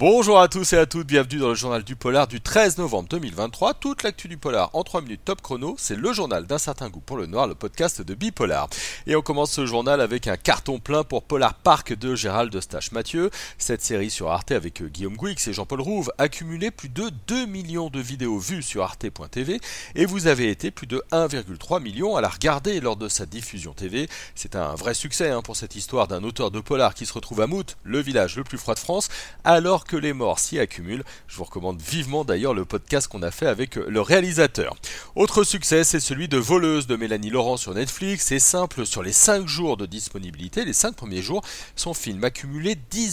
Bonjour à tous et à toutes, bienvenue dans le journal du polar du 13 novembre 2023. Toute l'actu du polar en 3 minutes top chrono, c'est le journal d'un certain goût pour le noir, le podcast de Bipolar. Et on commence ce journal avec un carton plein pour Polar Park de Gérald Eustache-Mathieu. Cette série sur Arte avec Guillaume Gouix et Jean-Paul Rouve a cumulé plus de 2 millions de vidéos vues sur arte.tv et vous avez été plus de 1,3 million à la regarder lors de sa diffusion TV. C'est un vrai succès pour cette histoire d'un auteur de polar qui se retrouve à Mout, le village le plus froid de France, alors que les morts s'y accumulent. Je vous recommande vivement d'ailleurs le podcast qu'on a fait avec le réalisateur. Autre succès, c'est celui de Voleuse de Mélanie Laurent sur Netflix. C'est simple, sur les 5 jours de disponibilité, les 5 premiers jours, son film a cumulé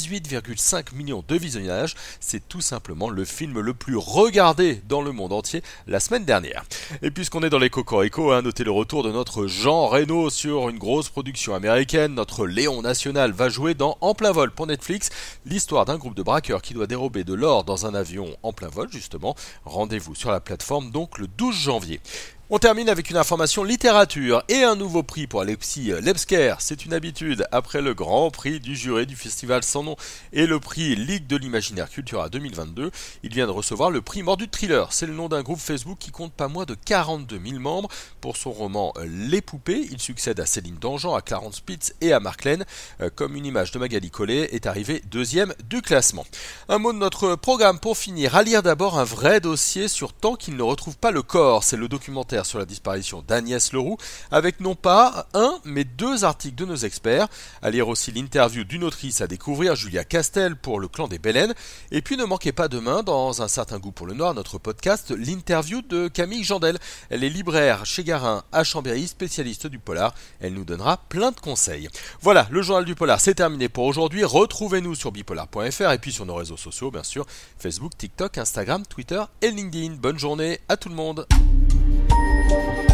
18,5 millions de visionnages. C'est tout simplement le film le plus regardé dans le monde entier la semaine dernière. Et puisqu'on est dans les cocoricots, notez le retour de notre Jean Reno sur une grosse production américaine. Notre Léon National va jouer dans En plein vol pour Netflix, l'histoire d'un groupe de braqueurs qui doit dérober de l'or dans un avion en plein vol justement. Rendez-vous sur la plateforme donc le 12 janvier. On termine avec une information littérature et un nouveau prix pour Alexis Lebsker. C'est une habitude après le grand prix du jury du festival Sans Nom et le prix Ligue de l'Imaginaire Cultura 2022. Il vient de recevoir le prix Mordu de Thriller. C'est le nom d'un groupe Facebook qui compte pas moins de 42 000 membres. Pour son roman Les Poupées, il succède à Céline Dangean, à Clarence Spitz et à Mark Laine. Comme une image de Magali Collet est arrivé deuxième du classement. Un mot de notre programme pour finir. À lire d'abord un vrai dossier sur Tant qu'il ne retrouve pas le corps. C'est le documentaire sur la disparition d'Agnès Leroux, avec non pas un, mais 2 articles de nos experts. À lire aussi l'interview d'une autrice à découvrir, Julia Castel, pour le clan des Bélènes. Et puis ne manquez pas demain, dans Un certain goût pour le noir, notre podcast, l'interview de Camille Jandel. Elle est libraire chez Garin à Chambéry, spécialiste du polar. Elle nous donnera plein de conseils. Voilà, le journal du polar, c'est terminé pour aujourd'hui. Retrouvez-nous sur bipolar.fr et puis sur nos réseaux sociaux, bien sûr, Facebook, TikTok, Instagram, Twitter et LinkedIn. Bonne journée à tout le monde.